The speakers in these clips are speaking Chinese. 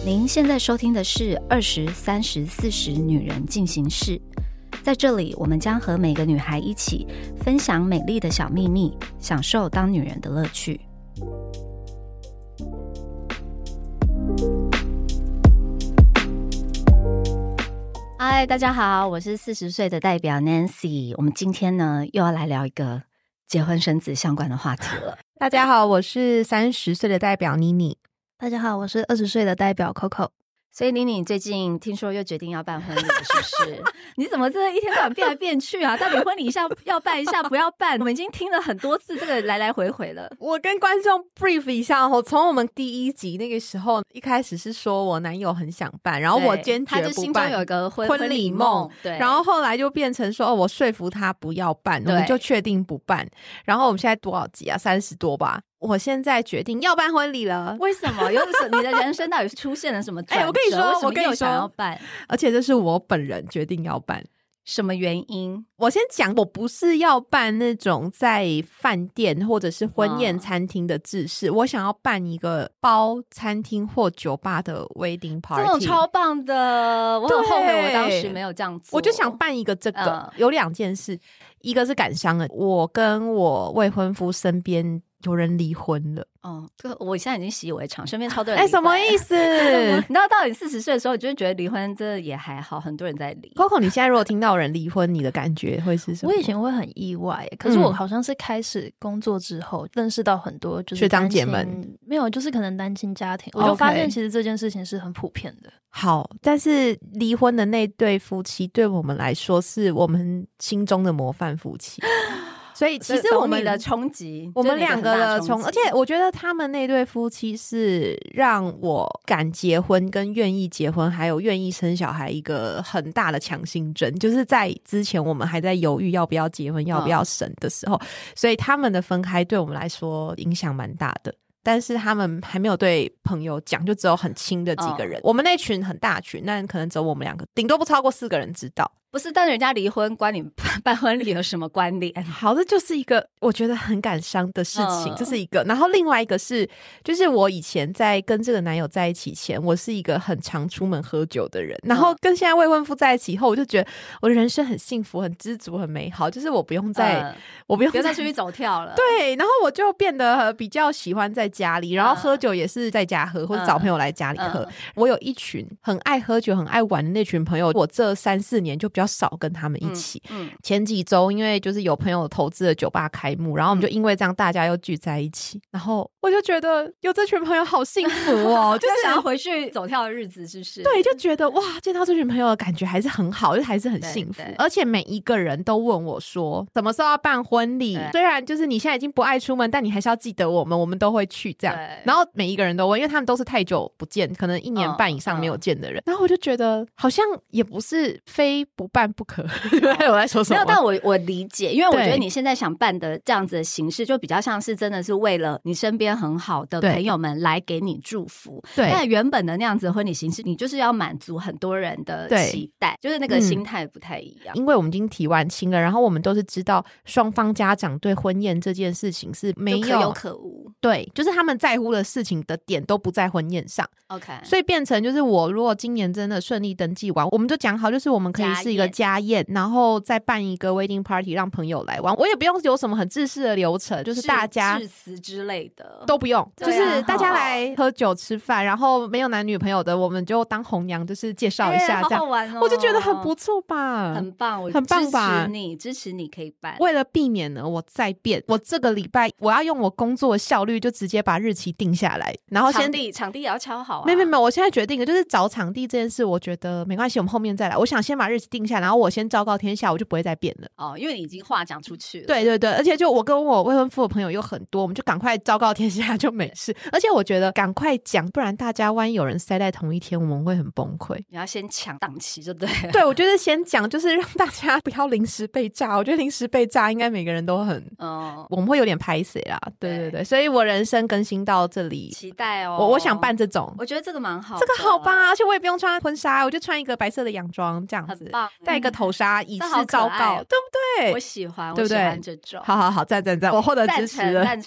您现在收听的是20、30、40女人进行式，在这里我们将和每个女孩一起分享美丽的小秘密，享受当女人的乐趣。嗨，大家好，我是40岁的代表 Nancy。我们今天呢又要来聊一个结婚生子相关的话题了。 大家好，我是30岁的代表妮妮。 大家好，我是20岁的代表 Coco。 所以妮妮最近听说又决定要办婚礼了，是不是？你怎么这一天到晚变来变去啊？到底婚礼要办一下不要办？我们已经听了很多次这个来来回回了。 我跟观众 brief 一下哦，从我们第一集那个时候，一开始是说我男友很想办，然后我坚决不办， 他就心中有一个婚礼梦，对。 然后后来就变成说，我说服他不要办，我们就确定不办。然后我们现在多少集啊？30多吧。我现在决定要办婚礼了。 为什么？你的人生到底是出现了什么转折？ 我跟你说， 想要办， 而且这是我本人决定要办。 什么原因？ 我先讲，我不是要办那种在饭店或者是婚宴餐厅的制式，我想要办一个包餐厅或酒吧的 wedding party， 这种超棒的。我很后悔我当时没有这样做。 我就想办一个这个，有2件事，一个是感伤的，我跟我未婚夫身边有人离婚了。 这个我现在已经习以为常，身边超多人离婚。 什么意思？ 你知道到你40岁的时候，你就会觉得离婚真的也还好，很多人在离。 Coco， 你现在如果听到有人离婚，你的感觉会是什么？ 我以前会很意外，可是我好像是开始工作之后，认识到很多就是学长姐们， 没有，就是可能单亲家庭，我就发现其实这件事情是很普遍的。 好，但是离婚的那对夫妻对我们来说是我们心中的模范夫妻。所以其实我们的冲击， 我们2个的冲击，而且我觉得他们那对夫妻是让我敢结婚跟愿意结婚还有愿意生小孩一个很大的强心针，就是在之前我们还在犹豫要不要结婚要不要生的时候，所以他们的分开对我们来说影响蛮大的。但是他们还没有对朋友讲，就只有很亲的几个人。我们那群很大群，但可能只有我们2个，顶多不超过4个人知道。 不是，但人家离婚关你办婚礼有什么关联？ 好，这就是一个我觉得很感伤的事情，这是一个。然后另外一个是，就是我以前在跟这个男友在一起前，我是一个很常出门喝酒的人。然后跟现在未婚夫在一起以后，我就觉得我的人生很幸福、很知足、很美好，就是我不用再出去走跳了。 对，然后我就变得比较喜欢在家里，然后喝酒也是在家喝，或者找朋友来家里喝。我有一群很爱喝酒、很爱玩的那群朋友，我这3-4年就比较少跟他们一起。前几周因为就是有朋友投资的酒吧开幕，然后我们就因为这样大家又聚在一起，然后我就觉得有这群朋友好幸福哦，就是想要回去走跳的日子，是不是？ 对，就觉得哇，见到这群朋友的感觉还是很好，就还是很幸福。而且每一个人都问我说什么时候要办婚礼，虽然就是你现在已经不爱出门，但你还是要记得我们都会去这样。然后每一个人都问，因为他们都是太久不见，可能1年半以上没有见的人。然后我就觉得好像也不是非不办不可。我在说什么？ 没有，但我理解，因为我觉得你现在想办的这样子的形式，就比较像是真的是为了你身边很好的朋友们来给你祝福。对，但原本的那样子的婚礼形式，你就是要满足很多人的期待，就是那个心态不太一样。 因为我们已经提完亲了，然后我们都是知道双方家长对婚宴这件事情是没有可有可无。 对，就是他们在乎的事情的点都不在婚宴上。 OK， 所以变成就是我如果今年真的顺利登记完，我们就讲好，就是我们可以是一个家宴，然后再办一个 wedding party 让朋友来玩。我也不用有什么很制式的流程，就是大家致辞之类的都不用，就是大家来喝酒吃饭，然后没有男女朋友的我们就当红娘，就是介绍一下这样。 好好玩哦， 我就觉得很不错吧， 很棒， 很棒吧， 支持你可以办。 为了避免呢我再变，我这个礼拜我要用我工作的效率就直接把日期定下来，然后场地也要敲好啊。 没，我现在决定的就是找场地这件事，我觉得没关系，我们后面再来。我想先把日期定下来，然后我先昭告天下，我就不会再变了。 因为你已经话讲出去了。 对，而且就我跟我未婚夫的朋友有很多，我们就赶快昭告天下就没事。而且我觉得赶快讲，不然大家万一有人塞在同一天，我们会很崩溃。 你要先抢档期就对了。 对，我觉得先讲，就是让大家不要临时被炸。我觉得临时被炸应该每个人都很我们会有点拍谁啦。对，所以我人生更新到这里， 期待哦。 我想办这种， 我觉得这个蛮好， 这个好吧，而且我也不用穿婚纱，我就穿一个白色的洋装这样子， 很棒， 戴一个头纱以示昭告，对不对？ 我喜欢， 对不对？ 我喜欢这种。 好，赞，我获得支持了。 赞成。那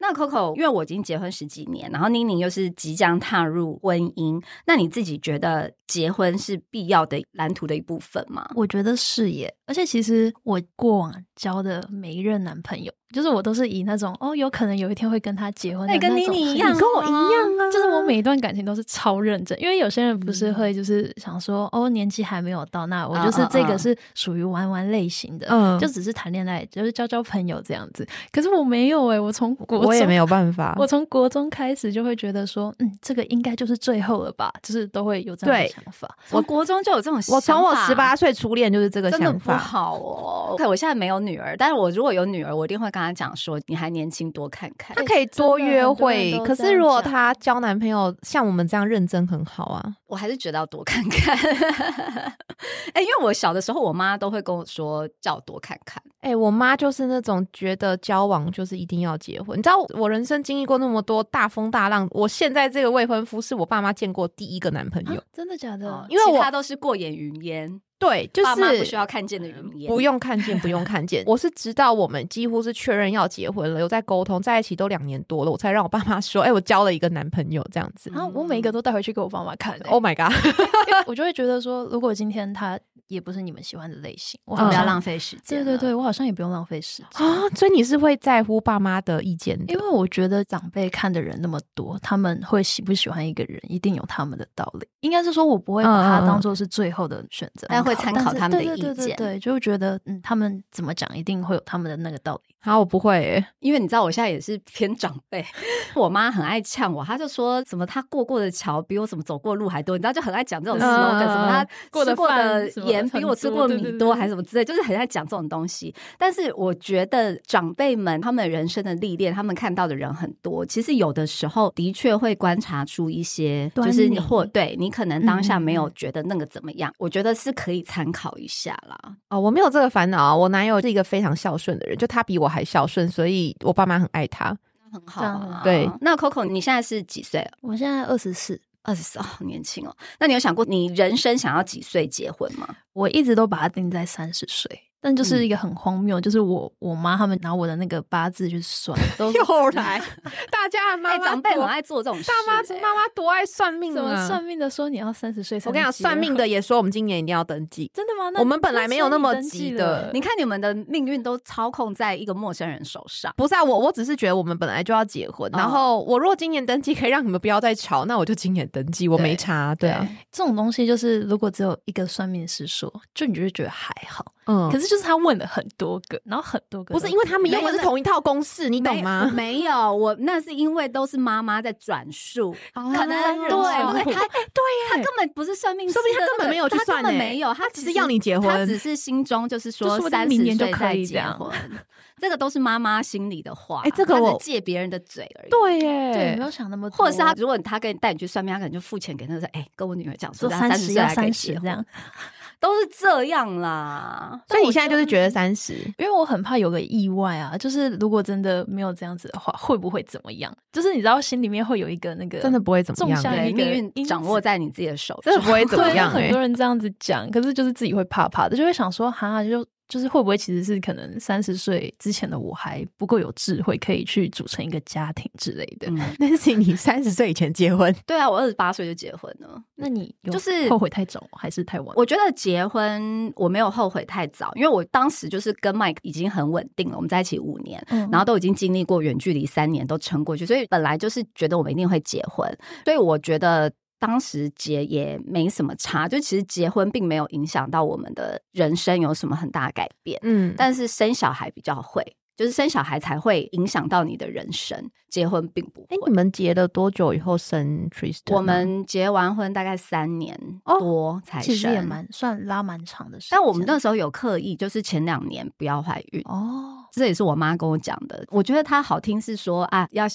那 Coco 因为我已经结婚10几年，然后宁宁又是即将踏入婚姻，那你自己觉得结婚是必要的蓝图的一部分吗？ 我觉得是耶，而且其实我过往交的每一任男朋友，就是我都是以那种有可能有一天会跟他结婚的那种， 跟你一样， 跟我一样啊， 就是我每一段感情都是超认真，因为有些人不是会就是想说年纪还没有到，那我就是这个是属于玩玩类型的，就只是谈恋爱，就是交交朋友这样子。可是我没有我从国中我也没有办法， 我从国中开始就会觉得说这个应该就是最后了吧，就是都会有这样的想法。 我国中就有这种想法， 我从我18岁初恋就是这个想法， 真的不好哦。我现在没有女儿，但是我如果有女儿，我一定会跟她讲说你还年轻，多看看， 她可以多约会。可是如果她交男朋友像我们这样认真很好啊， 我还是觉得要多看看。因为我小的时候我妈都会跟我说叫我多看看。 我妈就是那种觉得交往就是一定要结婚。你知道我人生经历过那么多大风大浪，我现在这个未婚夫是我爸妈见过第一个男朋友。 真的假的？ 因为其他都是过眼云烟。 对，就是爸妈不需要看见的云烟， 不用看见，不用看见。我是直到我们几乎是确认要结婚了，有在沟通，在一起都2年多了，我才让我爸妈说，我交了一个男朋友这样子。 然后我每一个都带回去给我爸妈看。 Oh my god！ 我就会觉得说，如果今天他也不是你们喜欢的类型，我不要浪费时间。 对对对，我好像也不用浪费时间啊。所以你是会在乎爸妈的意见的？ 因为我觉得长辈看的人那么多，他们会喜不喜欢一个人，一定有他们的道理。应该是说我不会把他当作是最后的选择， 但会参考他们的意见。 对，就会觉得他们怎么讲，一定会有他们的那个道理。 好，我不会因为你知道我现在也是偏长辈，我妈很爱呛我，她就说什么她过的桥比我什么走过路还多，你知道就很爱讲这种 slogan，什么她吃过的盐比我吃过的米多，还是什么之类，就是很爱讲这种东西。但是我觉得长辈们他们人生的历练，他们看到的人很多，其实有的时候的确会观察出一些，就是对你可能当下没有觉得那个怎么样，我觉得是可以参考一下啦。 我没有这个烦恼，我男友是一个非常孝顺的人，就他比我还孝顺，所以我爸妈很爱他。 很好啊。 对， 那 Coco 你现在是几岁了？ 我现在24， 好年轻哦。那你有想过你人生想要几岁结婚吗？ 我一直都把它定在30岁。但就是一个很荒谬，就是我妈他们拿我的那个八字去算，都又来，大家的妈妈长辈很爱做这种事， 妈妈多爱算命啊！ 怎么算命的说你要30岁？ 我跟你讲，算命的也说我们今年一定要登记， 真的吗？ 我们本来没有那么急的。 你看你们的命运都操控在一个陌生人手上。 不是啊，我只是觉得我们本来就要结婚，然后我如果今年登记可以让你们不要再吵，那我就今年登记，我没差。对啊， 这种东西就是如果只有一个算命师说，就你就会觉得还好。可是就是他问了很多个，然后很多个， 不是因为他们用的是同一套公式，你懂吗？ 没有，我那是因为都是妈妈在转述，可能对他根本不是算命师， 说不定他根本没有去算， 他根本没有，他只是要你结婚， 他只是心中就是说30岁再结婚，这个都是妈妈心里的话。 这个我借别人的嘴而已。 对耶， 对，没有想那么多。 或者是他，如果他带你去算命，他可能就付钱给那个跟我女儿讲说 30 岁还可以结这样。 都是这样啦， 所以你现在就是觉得30， 因为我很怕有个意外啊，就是如果真的没有这样子的话，会不会怎么样？就是你知道心里面会有一个那个真的不会怎么样， 对，命运掌握在你自己的手上， 真的不会怎么样。 很多人这样子讲，可是就是自己会怕怕的，就会想说哈，就是会不会其实是可能30岁之前的我还不够有智慧，可以去组成一个家庭之类的。 但是你30岁以前结婚？ 对啊，我28岁就结婚了。 那你就是后悔太早还是太晚？ 我觉得结婚我没有后悔太早，因为我当时就是跟 Mike 已经很稳定了，我们在一起5年，然后都已经经历过远距离3年都撑过去，所以本来就是觉得我们一定会结婚，所以我觉得当时结也没什么差，就其实结婚并没有影响到我们的人生有什么很大的改变。但是生小孩比较会，就是生小孩才会影响到你的人生，结婚并不会。 你们结了多久以后生 Tristan？ 我们结完婚大概3年多才生， 其实也算拉蛮长的时间。 但我们那时候有刻意，就是前2年不要怀孕。这也是我妈跟我讲的。我觉得她好听是说啊，要先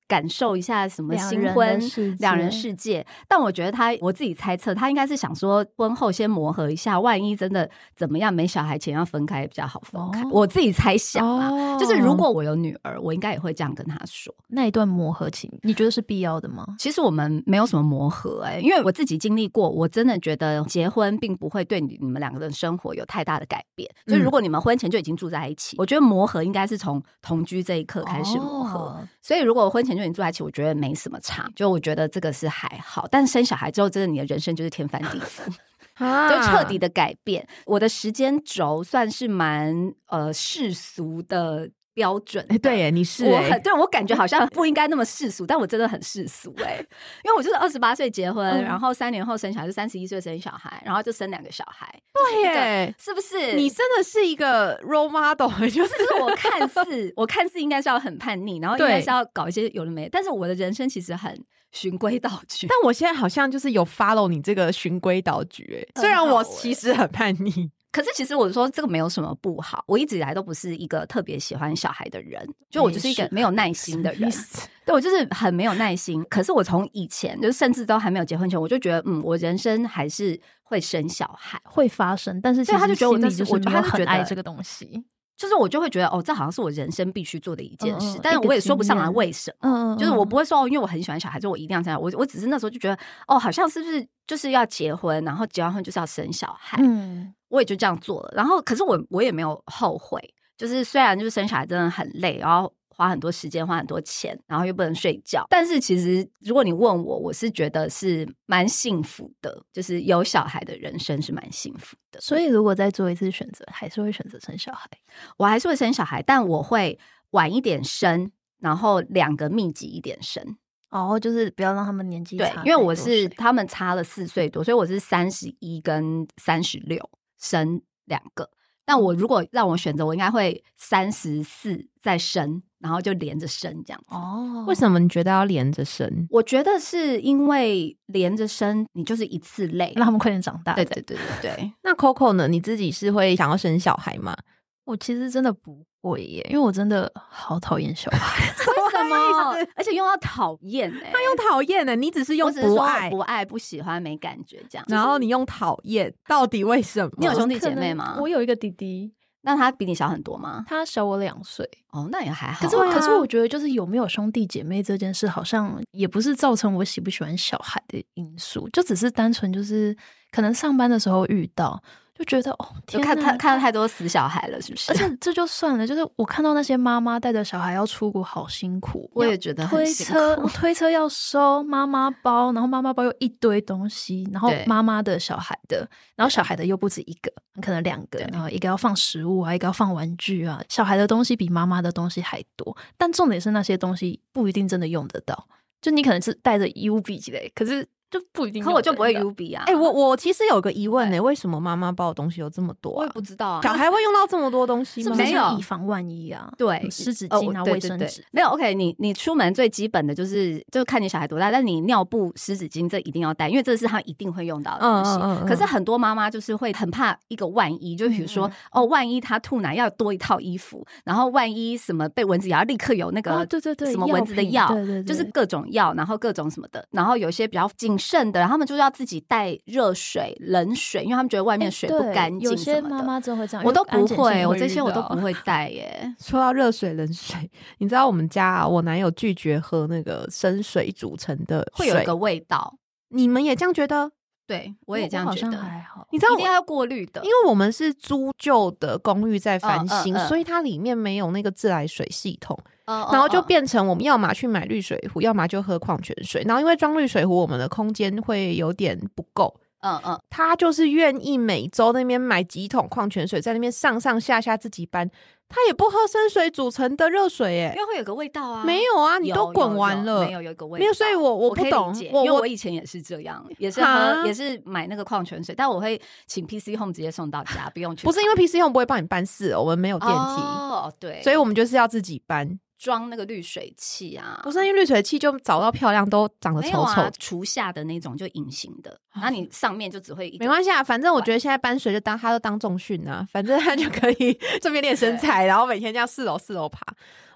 感受一下什么新婚两人世界。但我觉得我自己猜测他应该是想说婚后先磨合一下，万一真的怎么样没小孩前要分开比较好分开。我自己猜想啦，就是如果我有女儿，我应该也会这样跟她说。 那一段磨合期你觉得是必要的吗？ 其实我们没有什么磨合因为我自己经历过，我真的觉得结婚并不会对你们两个人生活有太大的改变。所以如果你们婚前就已经住在一起，我觉得磨合应该是从同居这一刻开始磨合。所以如果婚前就已经住在一起，我觉得没什么差，就我觉得这个是还好。但生小孩之后，真的你的人生就是天翻地覆就彻底的改变。我的时间轴算是蛮世俗的标准对耶，你是对，我感觉好像不应该那么世俗，但我真的很世俗因为我就是28岁结婚，然后3年后生小孩，就31岁生小孩，然后就生2个小孩。 对耶， 是不是？ 你真的是一个 role model 就是我看似应该是要很叛逆，然后应该是要搞一些有的没的，但是我的人生其实很循规蹈矩。 但我现在好像就是有 follow 你这个循规蹈矩虽然我其实很叛逆， 可是其实我说这个没有什么不好，我一直以来都不是一个特别喜欢小孩的人，就我就是一个没有耐心的人。对，我就是很没有耐心。可是我从以前就甚至都还没有结婚前，我就觉得我人生还是会生小孩， 会发生。但是其实他就觉得我没有很爱这个东西。 就是我就会觉得这好像是我人生必须做的一件事，但是我也说不上来为什么。就是我不会说因为我很喜欢小孩，就我一定要这样。我只是那时候就觉得好像是不是就是要结婚，然后结完婚就是要生小孩。我也就这样做了。然后可是我也没有后悔，就是虽然就是生小孩真的很累，然后花很多时间花很多钱，然后又不能睡觉，但是其实如果你问我是觉得是蛮幸福的，就是有小孩的人生是蛮幸福的。 所以如果再做一次选择，还是会选择生小孩？ 我还是会生小孩，但我会晚一点生，然后2个密集一点生。 就是不要让他们年纪差。 对，因为我是他们差了4岁多，所以我是31跟36生2个。但我如果让我选择，我应该会34再生，然后就连着生这样子。 为什么你觉得要连着生？ 我觉得是因为连着生，你就是一次累， 让他们快点长大。 对。 那 Coco 呢？你自己是会想要生小孩吗？ 我其实真的不会耶，因为我真的好讨厌小孩。 为什么？而且用到讨厌他用讨厌你只是用不爱、 不喜欢、没感觉这样。 然后你用讨厌，到底为什么？ 你有兄弟姐妹吗？ 我有一个弟弟。 那他比你小很多吗？ 他小我2岁。 那也还好。 可是我觉得就是有没有兄弟姐妹这件事，好像也不是造成我喜不喜欢小孩的因素，就只是单纯就是可能上班的时候遇到，就觉得天哪，看到太多死小孩了，是不是？ 而且这就算了，就是我看到那些妈妈带着小孩要出国，好辛苦。 我也觉得很辛苦。 推车要收妈妈包，然后妈妈包又一堆东西，然后妈妈的小孩的，然后小孩的又不止一个，可能2个，然后一个要放食物啊，一个要放玩具啊，小孩的东西比妈妈的东西还多。但重点是那些东西不一定真的用得到，就你可能是带着衣物笔之类，可是就不一定。 可我就不会 U B 啊。 我其实有个疑问为什么妈妈包的东西有这么多我也不知道啊。 小孩会用到这么多东西吗？ 没有，以防万一啊。 对， 湿纸巾啊，卫生纸。 没有 OK， 你出门最基本的就是看你小孩多大，但你尿布、湿纸巾这一定要带，因为这是他一定会用到的东西。可是很多妈妈就是会很怕一个万一，就比如说万一他吐奶要多一套衣服，然后万一什么被蚊子咬，立刻有那个什么蚊子的药，就是各种药，然后各种什么的。然后有些比较谨慎的，他们就是要自己带热水、冷水，因为他们觉得外面水不干净什么的。 有些妈妈真的会这样， 我都不会，我这些我都不会带耶。 说到热水、冷水，你知道我们家我男友拒绝喝那个生水煮成的水， 会有一个味道。 你们也这样觉得？ 对，我也这样觉得。 还好， 你知道一定要过滤的， 因为我们是租旧的公寓在翻新，所以它里面没有那个自来水系统。然后就变成我们要么去买滤水壶，要么就喝矿泉水。然后因为装滤水壶，我们的空间会有点不够。他就是愿意每周那边买几桶矿泉水，在那边上上下下自己搬。他也不喝生水煮成的热水因为会有个味道啊。 没有啊，你都滚完了。 没有一个味道。 没有，所以我不懂。 因为我以前也是这样，也是买那个矿泉水，但我会请 PC Home 直接送到家，不用去。 不是因为 PC Home 不会帮你搬4楼，我们没有电梯。 对， 所以我们就是要自己搬。 装那个滤水器啊， 不是因为滤水器就找到漂亮都长得丑丑的， 厨下的那种就隐形的，那你上面就只会没关系啊，反正我觉得现在搬水就他都当重训啊，反正他就可以这边练身材，然后每天这样4楼爬。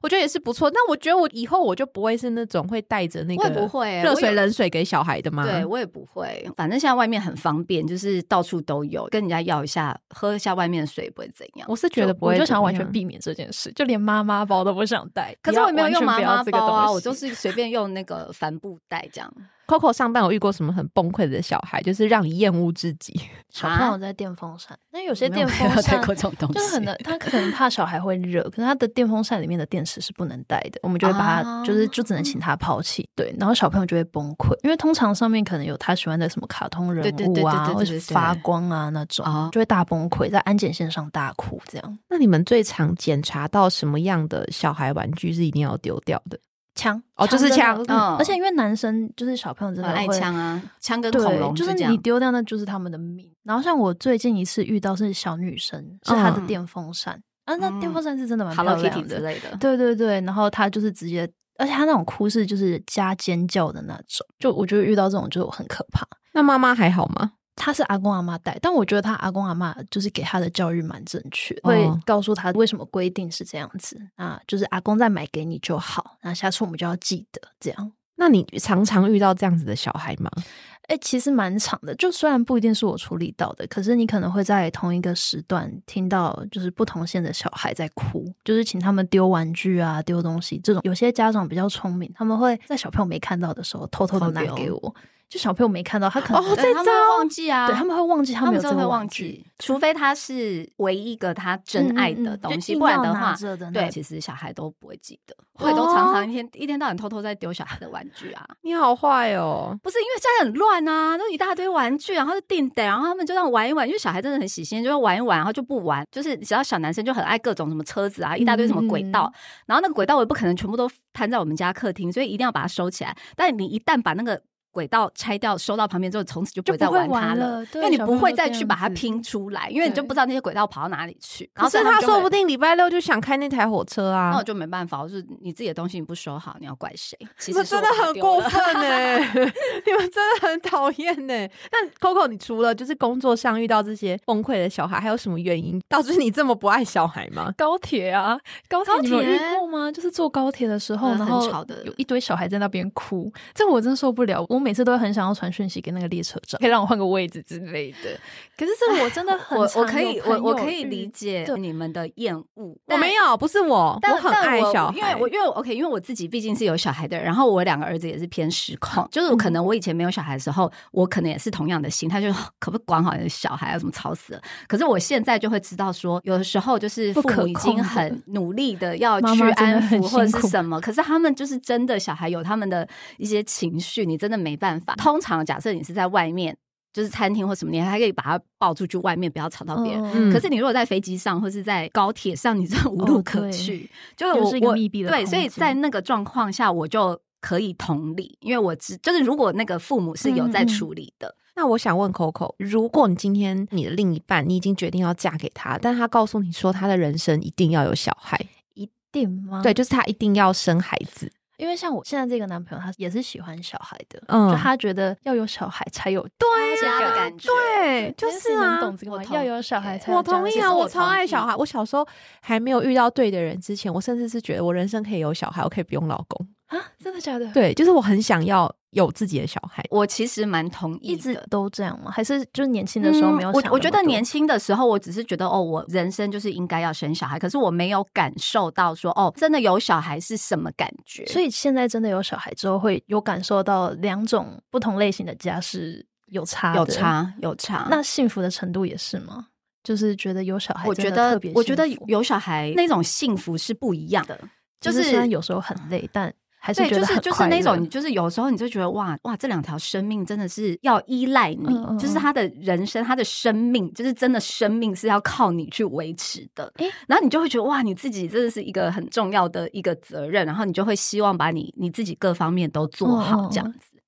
我觉得也是不错。那我觉得我以后我就不会是那种会带着那个热水冷水给小孩的吗？ 对，我也不会。反正现在外面很方便，就是到处都有，跟人家要一下喝一下外面的水不会怎样。 我是觉得不会， 我就想完全避免这件事，就连妈妈包都不想带。 可是我也没有用妈妈包啊，我就是随便用那个帆布袋这样。 Coco 上班有遇过什么很崩溃的小孩，就是让你厌恶至极？ 小朋友在电风扇，那有些电风扇就是他可能怕小孩会热，可是他的电风扇里面的电池是不能带的，我们就会把他就只能请他抛弃。对，然后小朋友就会崩溃，因为通常上面可能有他喜欢的什么卡通人物啊，或者发光啊那种，就会大崩溃，在安检线上大哭这样。 那你们最常检查到什么样的小孩玩具是一定要丢掉的？ 枪就是枪， 而且因为男生就是小朋友真的爱枪啊，枪跟恐龙就是你丢掉那就是他们的命。然后像我最近一次遇到是小女生，是她的电风扇那电风扇是真的蛮漂亮的 Hello Kitty 之类的， 对对对，然后她就是直接，而且她那种哭是就是加尖叫的那种，就我觉得遇到这种就很可怕。 那妈妈还好吗？ 他是阿公阿嬷带，但我觉得他阿公阿嬷就是给他的教育蛮正确，会告诉他为什么规定是这样子，就是阿公再买给你就好，那下次我们就要记得这样。 那你常常遇到这样子的小孩吗？ 其实蛮长的，就虽然不一定是我处理到的，可是你可能会在同一个时段听到就是不同县的小孩在哭，就是请他们丢玩具啊丢东西这种。有些家长比较聪明，他们会在小朋友没看到的时候偷偷的拿给我，就小朋友没看到，他可能他们会忘记啊， 对，他们会忘记，他们有这个忘记，除非他是唯一一个他真爱的东西，不然的话，对，其实小孩都不会记得。我也都常常一天到晚偷偷在丢小孩的玩具啊。 你好坏哦！ 不是因为家里很乱啊，都一大堆玩具，然后就定的，然后他们就这样玩一玩，因为小孩真的很喜新，就会玩一玩，然后就不玩。就是只要小男生就很爱各种什么车子啊，一大堆什么轨道，然后那个轨道我也不可能全部都摊在我们家客厅，所以一定要把它收起来。但你一旦把那个轨道拆掉收到旁边之后，从此就不会再玩它了，因为你不会再去把它拼出来，因为你就不知道那些轨道跑到哪里去。 可是他说不定礼拜六就想开那台火车啊， 那我就没办法，就是你自己的东西你不收好，你要怪谁？其实真的很过分欸你们真的很讨厌欸。那 Coco 你除了就是工作上遇到这些崩溃的小孩，还有什么原因导致你这么不爱小孩吗？ 高铁啊，高铁你有遇过吗？就是坐高铁的时候，然后有一堆小孩在那边哭，这我真受不了。我每次都很想要传讯息给那个列车长，可以让我换个位置之类的。可是这我真的很我可以理解你们的厌恶。 我没有，不是我很爱小孩， 因为我自己毕竟是有小孩的人，然后我两个儿子也是偏失控，就是可能我以前没有小孩的时候，我可能也是同样的心态，就是可不可以管好你的小孩，有什么吵死了。可是我现在就会知道说，有的时候就是父母已经很努力的要去安抚或者是什么，可是他们就是真的小孩有他们的一些情绪，你真的没办法。通常假设你是在外面，就是餐厅或什么，你还可以把他抱出去外面，不要吵到别人。可是你如果在飞机上或是在高铁上，你真的无路可去， 就是一个密闭的空间。 对，所以在那个状况下，我就可以同理，因为我就是如果那个父母是有在处理的。 那我想问 Coco， 如果你今天你的另一半，你已经决定要嫁给他，但他告诉你说他的人生一定要有小孩， 一定吗？ 对，就是他一定要生孩子。 因为像我现在这个男朋友，他也是喜欢小孩的，就他觉得要有小孩才有家的感觉， 对，就是啊， 懂这个吗？要有小孩才有我同意啊，我超爱小孩。我小时候还没有遇到对的人之前，我甚至是觉得我人生可以有小孩，我可以不用老公啊，真的假的？ 对，就是我很想要有自己的小孩。 我其实蛮同意的。 一直都这样吗？还是就是年轻的时候没有想那么多？ 我觉得年轻的时候我只是觉得我人生就是应该要生小孩，可是我没有感受到说真的有小孩是什么感觉。 所以现在真的有小孩之后会有感受到两种不同类型的家是有差的。 有差。 那幸福的程度也是吗？就是觉得有小孩真的特别幸福。 我觉得有小孩那种幸福是不一样的， 就是虽然有时候很累，但还是觉得很快乐。 就是那种，就是有时候你就觉得哇，这两条生命真的是要依赖你，就是他的人生，他的生命，就是真的生命是要靠你去维持的。然后你就会觉得哇，你自己真的是一个很重要的一个责任，然后你就会希望把你自己各方面都做好这样子。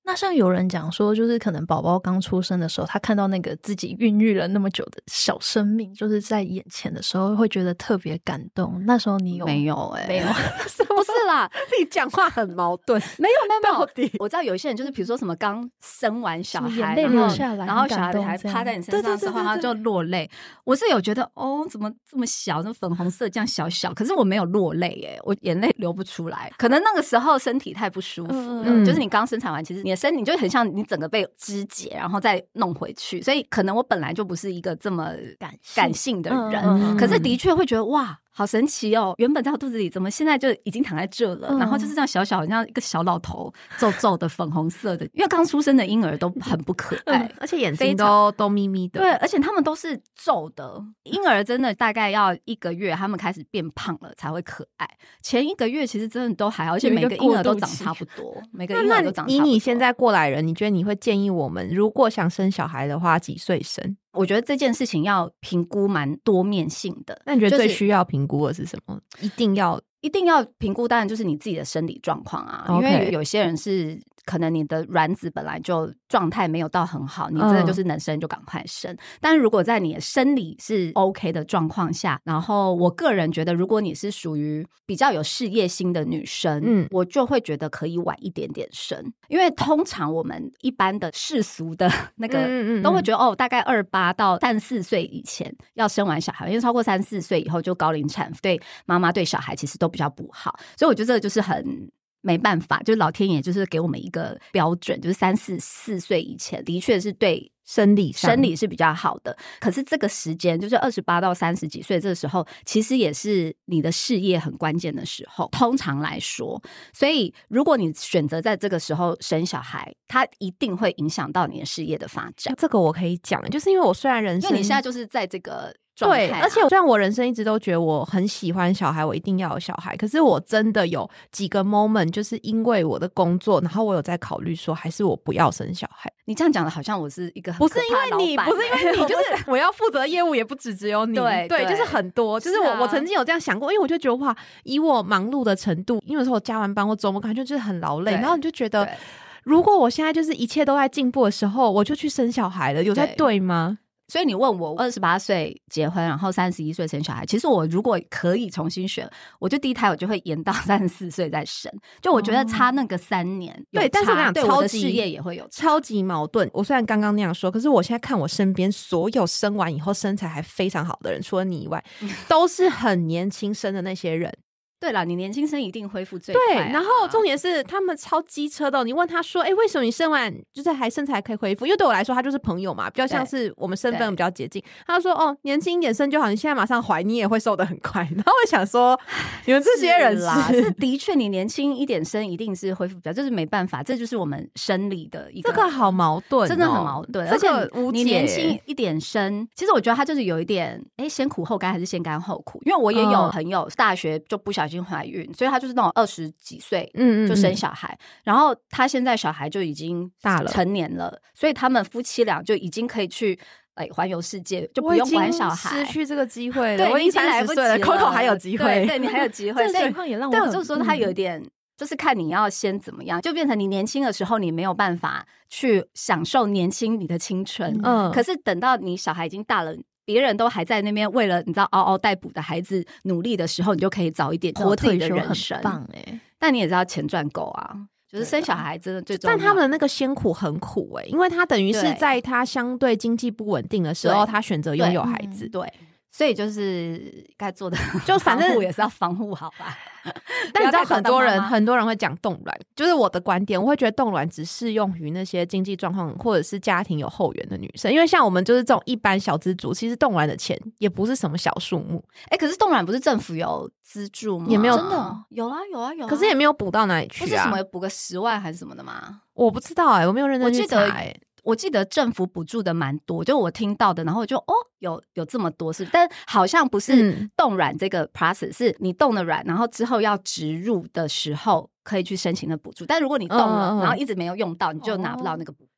那像有人讲说，就是可能宝宝刚出生的时候，他看到那个自己孕育了那么久的小生命，就是在眼前的时候，会觉得特别感动。那时候你有没有？ 没有， 不是啦， 你讲话很矛盾。 没有。我知道有一些人就是，比如说什么刚生完小孩， 眼泪流下来， 然后小孩还趴在你身上的时候，他就落泪。我是有觉得怎么这么小，那粉红色这样小小，可是我没有落泪耶，我眼泪流不出来。可能那个时候身体太不舒服了，就是你刚生产完，其实你的身体就很像你整个被肢解，然后再弄回去，所以可能我本来就不是一个这么感性的人，可是的确会觉得哇，好神奇哦！原本在我肚子里，怎么现在就已经躺在这了？然后就是这样小小，好像一个小老头，皱皱的粉红色的，因为刚出生的婴儿都很不可爱， 而且眼睛都眯眯的。 对，而且他们都是皱的。婴儿真的大概要1个月，他们开始变胖了才会可爱。前1个月其实真的都还好，而且每个婴儿都长差不多，每个婴儿都长差不多。 以你现在过来人，你觉得你会建议我们，如果想生小孩的话，几岁生？ 我觉得这件事情要评估蛮多面性的。 那你觉得最需要评估的是什么？一定要评估，当然就是你自己的生理状况啊。因为有些人是可能你的卵子本来就状态没有到很好，你真的就是能生就赶快生。但是如果在你的生理是 OK 的状况下，然后我个人觉得，如果你是属于比较有事业心的女生，我就会觉得可以晚一点点生。因为通常我们一般的世俗的那个都会觉得大概28到34岁以前要生完小孩，因为超过34岁以后就高龄产妇，对妈妈对小孩其实都比较不好。所以我觉得这个就是很没办法，就是老天爷就是给我们一个标准，就是34岁以前的确是对生理是比较好的。可是这个时间就是28到30几岁，这个时候其实也是你的事业很关键的时候，通常来说。所以如果你选择在这个时候生小孩，它一定会影响到你的事业的发展。 这个我可以讲，就是因为我虽然人生， 因为你现在就是在这个对，而且虽然我人生一直都觉得我很喜欢小孩，我一定要有小孩，可是我真的有几个 moment 就是因为我的工作，然后我有在考虑说还是我不要生小孩。 你这样讲的好像我是一个很不是因为你，就是我要负责的业务也不只有你，对，就是很多，就是我曾经有这样想过，因为我就觉得哇，以我忙碌的程度，因为有时候我加完班或周末感觉就是很劳累，然后你就觉得如果我现在就是一切都在进步的时候，我就去生小孩了，有在对吗？ 所以你问我28岁结婚，然后31岁生小孩，其实我如果可以重新选，我就第一胎我就会延到34岁再生。就我觉得差那个3年， 对，但是我想对我的事业也会有超级矛盾。我虽然刚刚那样说，可是我现在看我身边所有生完以后身材还非常好的人，除了你以外，都是很年轻生的那些人。 对啦，你年轻生一定恢复最快对，然后重点是他们超机车的，你问他说为什么你生完就是还身材可以恢复，因为对我来说他就是朋友嘛，比较像是我们身份比较接近。他就说年轻一点生就好，你现在马上怀你也会瘦得很快。然后我想说你们这些人是的确你年轻一点生一定是恢复比较，就是没办法，这就是我们生理的一个， 这个好矛盾真的很矛盾。而且你年轻一点生，其实我觉得他就是有一点先苦后甘还是先甘后苦。因为我也有朋友大学就不小心怀孕，所以他就是那种20几岁就生小孩，然后他现在小孩就已经大了成年了，所以他们夫妻俩就已经可以去环游世界，就不用管小孩。 失去这个机会了， 对， 我已经30岁了，Coco 还有机会， 对你还有机会。 这个情况也让我对，我就说他有点就是看你要先怎么样，就变成你年轻的时候你没有办法去享受年轻你的青春，可是等到你小孩已经大了，别人都还在那边为了你知道嗷嗷待哺的孩子努力的时候，你就可以早一点活自己的人生。 很棒但你也知道钱赚够啊，就是生小孩真的最重要。 但他们的那个先苦很苦因为他等于是在他相对经济不稳定的时候，他选择拥有孩子。 对，所以就是该做的， 就反正也是要防护好吧。 但你知道很多人会讲冻卵，就是我的观点，我会觉得冻卵只适用于那些经济状况或者是家庭有后援的女生，因为像我们就是这种一般小资族，其实冻卵的钱也不是什么小数目。 可是冻卵不是政府有资助吗？ 也没有， 真的有啊， 可是也没有补到哪里去啊。 不是什么补个10万还是什么的吗？ 我不知道我没有认真去查我记得政府补助的蛮多，就我听到的，然后我就有这么多是，但好像不是冻卵这个 process，是你冻了卵，然后之后要植入的时候可以去申请的补助，但如果你冻了然后一直没有用到，你就拿不到那个补助。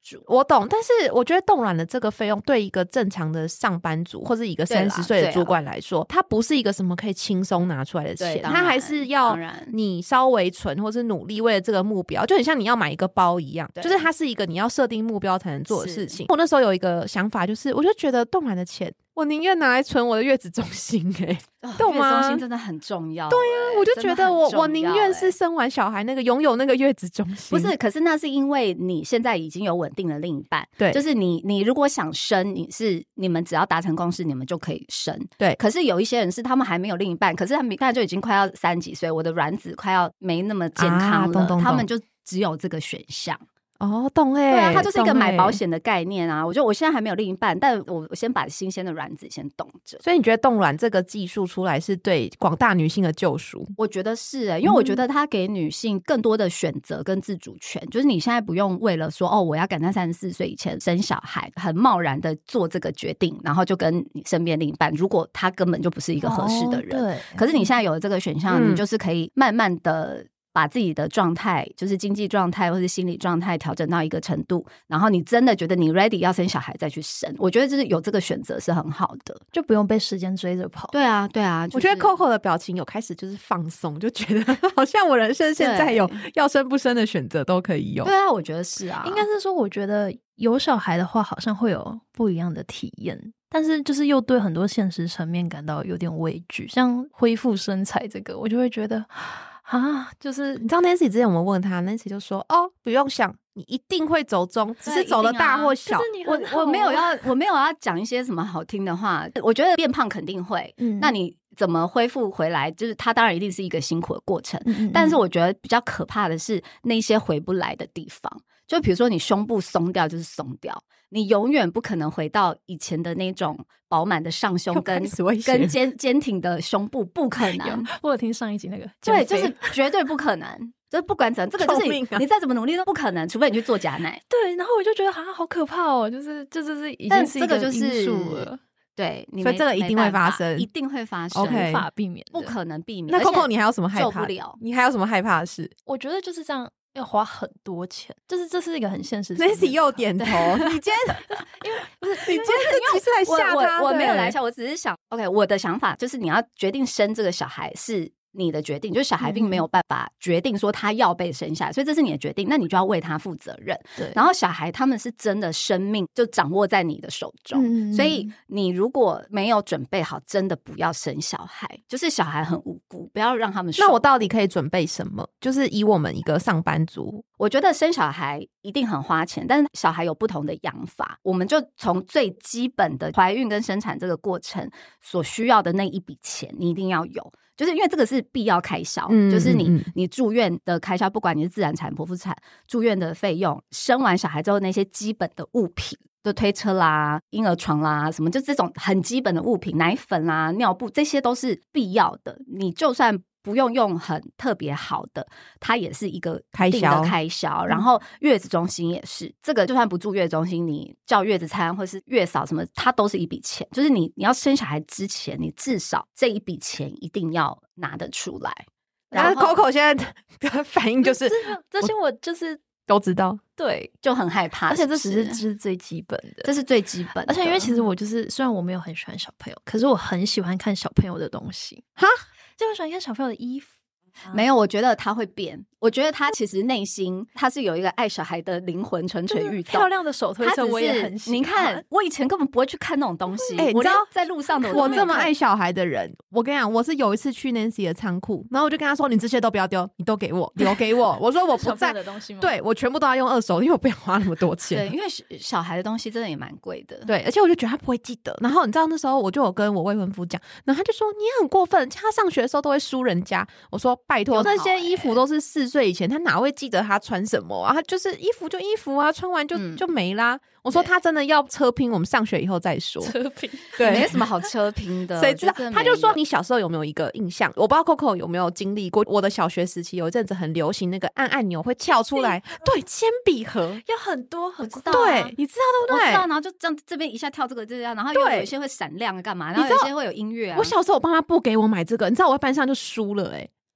住。 我懂，但是我觉得冻卵的这个费用对一个正常的上班族或者一个30岁的主管来说，它不是一个什么可以轻松拿出来的钱，它还是要你稍微存或是努力为了这个目标，就很像你要买一个包一样，就是它是一个你要设定目标才能做的事情。我那时候有一个想法，就是我就觉得冻卵的钱我宁愿拿来存我的月子中心懂吗？ 月子中心真的很重要。 对啊，我就觉得我宁愿是生完小孩那个拥有那个月子中心。 不是，可是那是因为你现在已经有稳定的另一半，对，就是你如果想生，你们只要达成共识，你们就可以生。对，可是有一些人是他们还没有另一半，可是他们看就已经快要30几岁，我的卵子快要没那么健康了，他们就只有这个选项。 懂对啊，它就是一个买保险的概念啊。我觉得我现在还没有另一半，但我先把新鲜的卵子先冻着。 所以你觉得冻卵这个技术出来是对广大女性的救赎？ 我觉得是因为我觉得它给女性更多的选择跟自主权，就是你现在不用为了说我要赶在34岁以前生小孩，很贸然的做这个决定，然后就跟你身边另一半，如果他根本就不是一个合适的人，对。可是你现在有了这个选项，你就是可以慢慢的把自己的状态，就是经济状态或是心理状态调整到一个程度，然后你真的觉得你 ready 要生小孩再去生，我觉得就是有这个选择是很好的， 就不用被时间追着跑。 对啊对啊， 我觉得 Coco 的表情有开始就是放松，就觉得好像我人生现在有要生不生的选择都可以有。 对啊，我觉得是啊， 应该是说我觉得有小孩的话好像会有不一样的体验，但是就是又对很多现实层面感到有点畏惧，像恢复身材这个我就会觉得就是你知道 Nancy 之前我们问他 Nancy 就说不用想，你一定会走中，只是走的大或小。 我没有要讲一些什么好听的话，我觉得变胖肯定会那你怎么恢复回来，就是它当然一定是一个辛苦的过程，但是我觉得比较可怕的是那些回不来的地方，就比如说你胸部松掉就是松掉，你永远不可能回到以前的那种饱满的上胸跟坚挺的胸部，不可能。 我有听上一集那个， 对，就是绝对不可能。就不管怎样，这个就是你再怎么努力都不可能，除非你去做假奶。 对，然后我就觉得好可怕就是已经是一个因素了。 对， 所以这个一定会发生， 一定会发生， 无法避免， 不可能避免。 那 Coco 你还有什么害怕？ 救不了。 你还有什么害怕的事？ 我觉得就是这样，要花很多钱，就是这是一个很现实的。 Nancy 又点头。你今天因为不是你今天这集是来吓他的。 我没有来吓，我只是想 OK， 我的想法就是你要决定生这个小孩是你的决定，就是小孩并没有办法决定说他要被生下来，所以这是你的决定，那你就要为他负责任。对，然后小孩他们是真的生命就掌握在你的手中，所以你如果没有准备好，真的不要生小孩，就是小孩很无辜，不要让他们受。 那我到底可以准备什么？就是以我们一个上班族， 我觉得生小孩一定很花钱，但是小孩有不同的养法，我们就从最基本的怀孕跟生产这个过程所需要的那一笔钱你一定要有，就是因为这个是必要开销，就是你住院的开销，不管你是自然产、剖腹产，住院的费用，生完小孩之后那些基本的物品，就推车啦、婴儿床啦什么，就这种很基本的物品，奶粉啦、尿布，这些都是必要的。你就算不用很特别好的，它也是一个定的开销。然后月子中心也是，这个就算不住月子中心，你叫月子餐或是月嫂什么，它都是一笔钱。就是你要生小孩之前，你至少这一笔钱一定要拿得出来。 然后 Coco 现在的反应就是这些我就是都知道， 对， 就很害怕， 而且这是最基本的， 这是最基本的。 而且因为其实我就是虽然我没有很喜欢小朋友，可是我很喜欢看小朋友的东西。就我喜欢看小朋友的衣服。 没有，我觉得他会变。我觉得他其实内心他是有一个爱小孩的灵魂蠢蠢欲动。 漂亮的手推车我也很喜欢。 你看，我以前根本不会去看那种东西。 我知道在路上的我这么爱小孩的人，我跟你讲，我是有一次去 Nancy 的仓库，然后我就跟他说：“你这些都不要丢，你都给我，留给我。”我说我不在的东西吗？ 对，我全部都要用二手，因为我不想花那么多钱。 对，因为小孩的东西真的也蛮贵的。 对，而且我就觉得他不会记得。然后你知道那时候我就有跟我未婚夫讲，然后他就说：“你也很过分，他上学的时候都会输人家。”我说：“拜托，那些衣服都是4岁以前，他哪会记得他穿什么啊？他就是衣服就衣服啊，穿完就没啦。”我说他真的要车拼，我们上学以后再说。 车拼对，没什么好车拼的， 谁知道？他就说你小时候有没有一个印象？我不知道 Coco 有没有经历过。我的小学时期有一阵子很流行那个按钮会跳出来，对，铅笔盒要很多很知道、 对，你知道对不对？ 我知道，然后就这样这边一下跳这个这样，然后有一些会闪亮干嘛，然后有一些会有音乐啊。 我小时候我爸妈不给我买这个，你知道我在班上就输了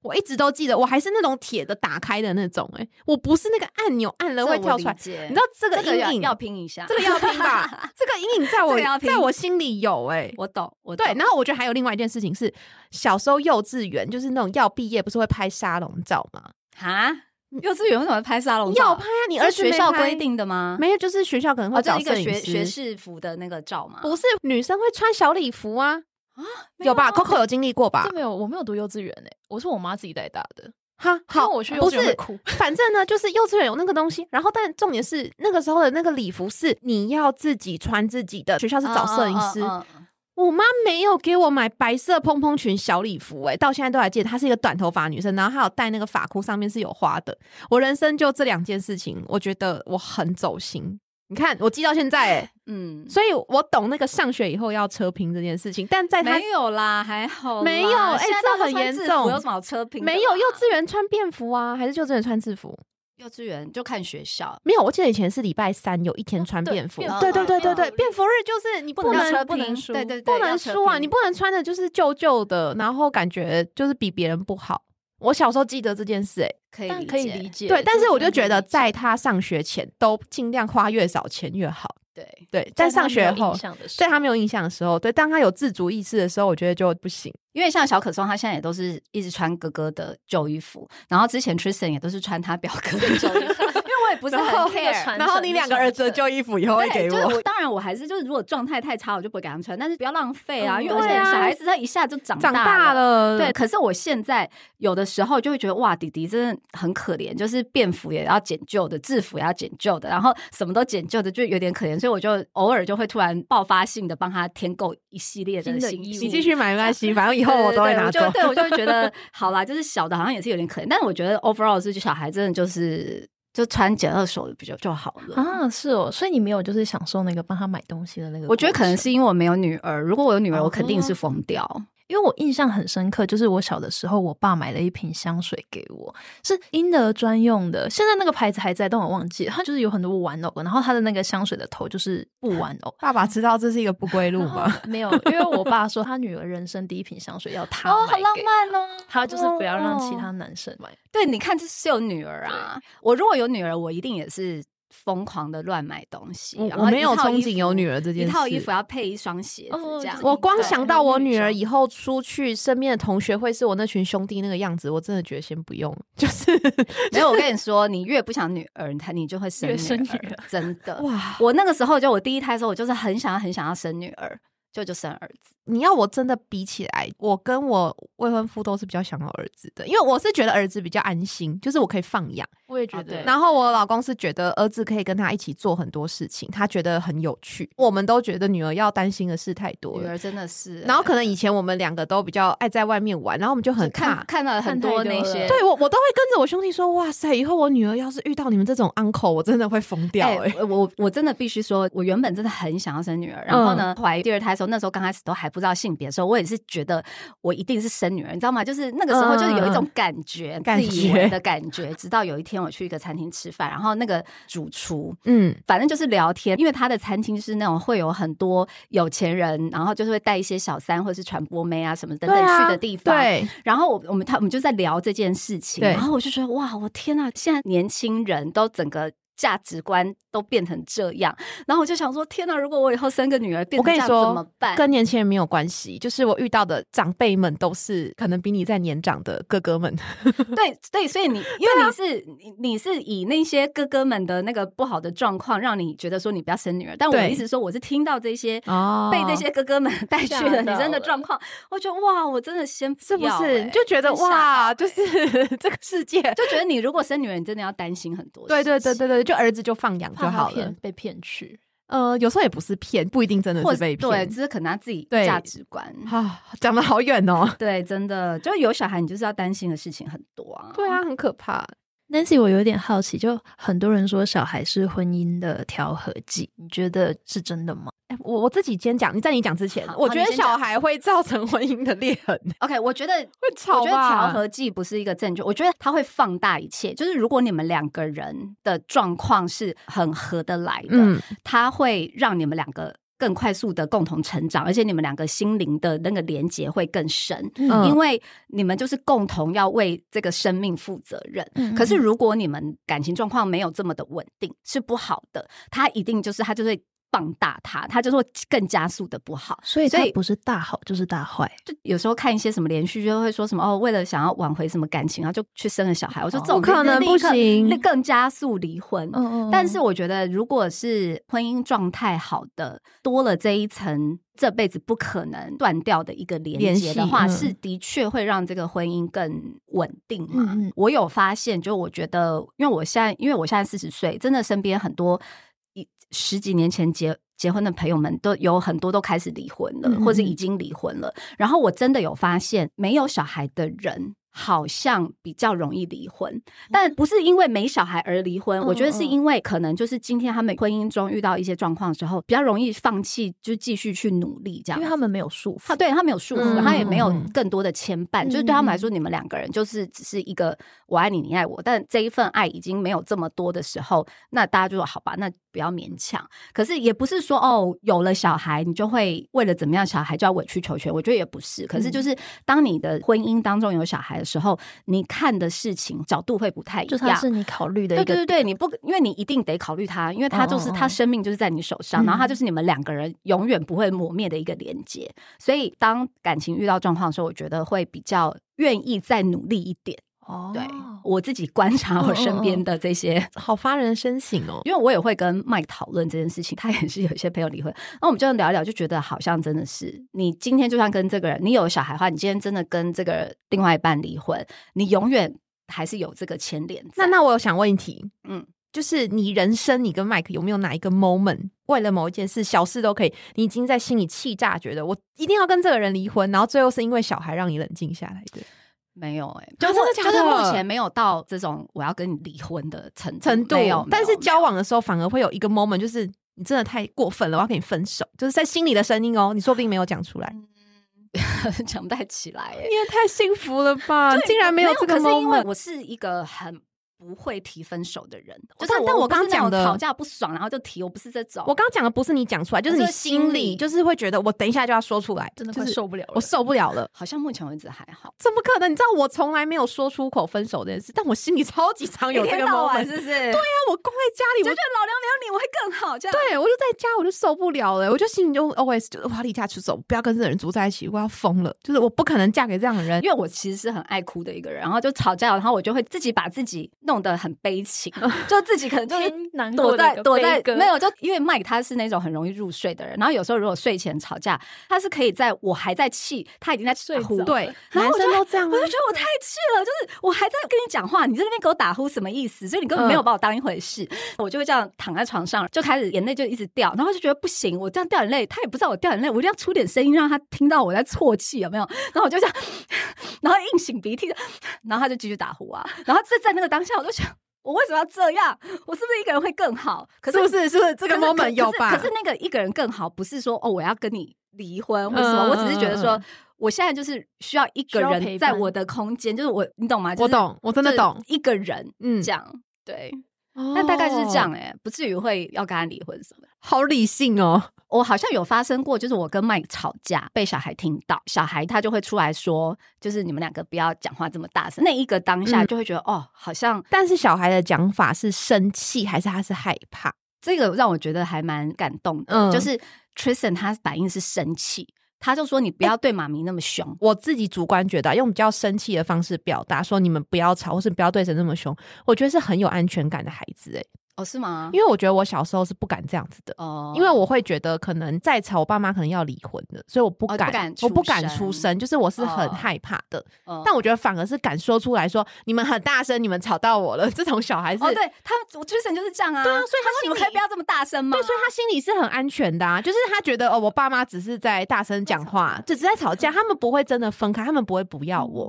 我一直都记得，我还是那种铁的打开的那种，我不是那个按钮按了会跳出来。你知道这个阴影要拼一下， 这个要拼吧？这个阴影在我心里有我懂。 对，然后我觉得还有另外一件事情是，小时候幼稚园就是那种要毕业不是会拍沙龙照吗？ 哈，幼稚园为什么会拍沙龙照？ 要拍啊！你儿子学校规定的吗？ 没有，就是学校可能会找摄影师， 一个学士服的那个照吗？ 不是，女生会穿小礼服啊。有吧 ？Coco 有经历过吧？ 这没有，我没有读幼稚园我是我妈自己带大的。 哈，好， 我去幼稚园会哭。 反正呢，就是幼稚园有那个东西，然后但重点是那个时候的那个礼服是你要自己穿自己的，学校是找摄影师。我妈没有给我买白色蓬蓬裙小礼服，到现在都还记得，她是一个短头发女生，然后她有戴那个发箍，上面是有花的。我人生就这2件事情，我觉得我很走心。你看，我记到现在，所以我懂那个上学以后要车拼这件事情，但在他没有啦，还好啦， 没有，这很严重， 有什么好车拼的？ 没有，幼稚园穿便服啊，还是幼稚园穿制服？ 幼稚园就看学校， 没有。我记得以前是礼拜3有一天穿便服，对，便服日就是你不能输， 对， 不能输啊，你不能穿的就是旧旧的，然后感觉就是比别人不好。我小时候记得这件事， 可以理解。 对，但是我就觉得在他上学前都尽量花越少钱越好。对，在上学后，对他没有印象的时候，对，当他有自主意识的时候，我觉得就不行。 因为像小可颂，他现在也都是一直穿哥哥的旧衣服，然后之前 Tristan 也都是穿他表哥的旧衣服，因为我也不是很 care。 然后你2个儿子的旧衣服以后会给我， 当然我还是就是如果状态太差，我就不会给他们穿，但是不要浪费啊，因为而且小孩子他一下就长大了。对，可是我现在有的时候就会觉得哇，弟弟真的很可怜，就是便服也要剪旧的，制服也要剪旧的，然后什么都剪旧的，就有点可怜，所以我就偶尔就会突然爆发性的帮他添购一系列的新衣服。 你继续买没关系，反正以后我都会拿走。 对，我就会觉得好啦，就是小的好像也是有点可怜，但是我觉得 overall 是小孩真的就穿捡2手的比较就好了啊。是哦，所以你没有就是享受那个帮他买东西的那个。 我觉得可能是因为我没有女儿，如果我有女儿，我肯定是疯掉。 因为我印象很深刻，就是我小的时候，我爸买了一瓶香水给我，是婴儿专用的，现在那个牌子还在，但我忘记了。它就是有很多玩偶，然后它的那个香水的头就是布玩偶。 爸爸知道这是一个不归路吗？ 没有，因为我爸说他女儿人生第一瓶香水要他买， 好浪漫哦。 他就是不要让其他男生买。 对，你看这是有女儿啊，我如果有女儿，我一定也是疯狂的乱买东西。 我没有憧憬有女儿这件事， 一套衣服要配一双鞋子这样。 我光想到我女儿以后出去，身边的同学会是我那群兄弟那个样子，我真的觉得先不用。就是没有，我跟你说，你越不想女儿，你就会生女儿。真的哇！ 我那个时候就我第一胎的时候，我就是很想要生女儿。就生儿子。 你要我真的比起来，我跟我未婚夫都是比较想要儿子的，因为我是觉得儿子比较安心，就是我可以放养。 我也觉得。 然后我老公是觉得儿子可以跟他一起做很多事情，他觉得很有趣。我们都觉得女儿要担心的事太多了， 女儿真的是。 然后可能以前我们2个都比较爱在外面玩，然后我们就很看了很多那些。 对，我都会跟着我兄弟说，哇塞，以后我女儿要是遇到你们这种 uncle， 我真的会疯掉。 我真的必须说，我原本真的很想要生女儿，然后呢，怀第2胎的时候，那时候刚开始都还不知道性别的时候，我也是觉得我一定是生女儿，你知道吗？就是那个时候就是有一种感觉，自以为的感觉。直到有一天我去一个餐厅吃饭，然后那个主厨，反正就是聊天，因为他的餐厅是那种会有很多有钱人，然后就是会带一些小三或者是传播妹啊什么等等去的地方。 对， 然后我们就在聊这件事情，然后我就觉得哇，我天哪，现在年轻人都整个价值观都变成这样，然后我就想说，天哪！如果我以后生个女儿变成这样怎么办？ 跟年轻人没有关系，就是我遇到的长辈们都是可能比你在年长的哥哥们。 对，所以因为你是以那些哥哥们的那个不好的状况，让你觉得说你不要生女儿。但我的意思说，我是听到这些被这些哥哥们带去的女生的状况，我觉得哇，我真的先不要， 是不是？就觉得哇，就是这个世界， 就觉得你如果生女儿，你真的要担心很多事情。对，就儿子就放养就好了， 被骗去。 有时候也不是骗，不一定真的是被骗， 对，只是可能他自己价值观。 讲得好远哦。 对，真的，就有小孩，你就是要担心的事情很多啊。 对啊，很可怕。 Nancy， 我有点好奇，就很多人说小孩是婚姻的调和剂，你觉得是真的吗？ 我自己先讲，在你讲之前，我觉得小孩会造成婚姻的裂痕。 OK， 我觉得会吵吧。 我觉得调和剂不是一个正确，我觉得它会放大一切。就是如果你们2个人的状况是很合得来的，它会让你们2个更快速的共同成长，而且你们两个心灵的那个连结会更深，因为你们就是共同要为这个生命负责任。可是如果你们感情状况没有这么的稳定，是不好的，他就会放大它就会更加速的不好， 所以它不是大好就是大坏。 就有时候看一些什么连续剧，就会说什么为了想要挽回什么感情，然后就去生了小孩。我说这种可能不行， 更加速离婚。但是我觉得，如果是婚姻状态好的，多了这一层这辈子不可能断掉的一个连接的话，是的确会让这个婚姻更稳定嘛。我有发现，就我觉得，因为我现在40岁，真的身边很多10几年前结婚的朋友们都有很多都开始离婚了，或者已经离婚了。然后我真的有发现，没有小孩的人好像比较容易离婚，但不是因为没小孩而离婚，我觉得是因为可能就是今天他们婚姻中遇到一些状况之后，比较容易放弃，就继续去努力这样， 因为他们没有束缚， 对，他没有束缚，他也没有更多的牵绊，就是对他们来说，你们两个人就是只是一个我爱你，你爱我，但这一份爱已经没有这么多的时候，那大家就说好吧，那不要勉强。可是也不是说有了小孩你就会为了怎么样小孩就要委曲求全，我觉得也不是。可是就是当你的婚姻当中有小孩的时候，你看的事情角度会不太一样， 就他是你考虑的一个对，你不因为你一定得考虑他，因为他就是他生命就是在你手上，然后他就是你们两个人永远不会磨灭的一个连接。所以当感情遇到状况的时候，我觉得会比较愿意再努力一点。对，我自己观察我身边的这些， 好发人深省哦。 因为我也会跟Mike讨论这件事情，他也是有一些朋友离婚，那我们就聊一聊，就觉得好像真的是，你今天就算跟这个人，你有小孩的话，你今天真的跟这个另外一半离婚，你永远还是有这个牵连在。 那我有想问一题，就是你人生，你跟 Mike 有没有哪一个 moment， 为了某一件事，小事都可以，你已经在心里气炸，觉得我一定要跟这个人离婚，然后最后是因为小孩让你冷静下来的？ 没有真的假的？ 就是目前没有到这种我要跟你离婚的程度，没有。 但是交往的时候反而会有一个 moment， 就是你真的太过分了，我要跟你分手，就是在心里的声音你说不定没有讲出来。 讲不太起来你也太幸福了吧，竟然没有这个 moment。 可是因为我是一个很不会提分手的人，就是但我刚刚讲的吵架不爽然后就提，我不是这种。 我刚刚讲的不是你讲出来，就是你心里就是会觉得我等一下就要说出来， 真的快受不了了， 我受不了了。 好像目前为止还好。 怎么可能？你知道我从来没有说出口分手这件事，但我心里超级常有这个 moment， 是不是？ 对啊，我关在家里， 我就觉得老娘没有你我会更好，这样。 对，我就在家我就受不了了，我就心里就 always 就我要离家出走，不要跟这个人住在一起，我要疯了，就是我不可能嫁给这样的人。 因为我其实是很爱哭的一个人，然后就吵架，然后我就会自己把自己弄得很悲情，就自己可能就是躲在没有，就因为 Mike 他是那种很容易入睡的人，然后有时候如果睡前吵架，他是可以在我还在气，他已经在睡呼。 对， 男生都这样， 我就觉得我太气了，就是我还在跟你讲话，你在那边给我打呼什么意思？所以你根本没有把我当一回事。我就会这样躺在床上，就开始眼泪就一直掉，然后就觉得不行，我这样掉眼泪，他也不知道我掉眼泪，我一定要出点声音让他听到我在啜泣，有没有？然后我就这样，然后硬擤鼻涕，然后他就继续打呼啊。然后在那个当下，我就想，我为什么要这样？我是不是一个人会更好？可是是不是这个 moment 有吧？ 可是那个一个人更好，不是说我要跟你离婚或什么，我只是觉得说，我现在就是需要一个人在我的空间，就是你懂吗？就是、 我懂，我真的懂， 一个人这样对。但大概是这样不至于会要跟他离婚什么的。 好理性哦。 我好像有发生过，就是我跟Mike吵架被小孩听到，小孩他就会出来说，就是你们两个不要讲话这么大声。那一个当下就会觉得好像。 但是小孩的讲法是生气还是他是害怕？ 这个让我觉得还蛮感动的，就是 Tristan 他反应是生气，他就说你不要对妈咪那么凶。 我自己主观觉得用比较生气的方式表达说你们不要吵，或是不要对谁那么凶，我觉得是很有安全感的孩子是吗？ 因为我觉得我小时候是不敢这样子的因为我会觉得可能再吵我爸妈可能要离婚的，所以我不敢出声，就是我是很害怕的但我觉得反而是敢说出来说你们很大声，你们吵到我了，这种小孩是对他Tristan就是这样啊。 对啊，所以他你们可以不要这么大声吗？ 对，所以他心里是很安全的就是他觉得我爸妈只是在大声讲话，只是在吵架，他们不会真的分开，他们不会不要我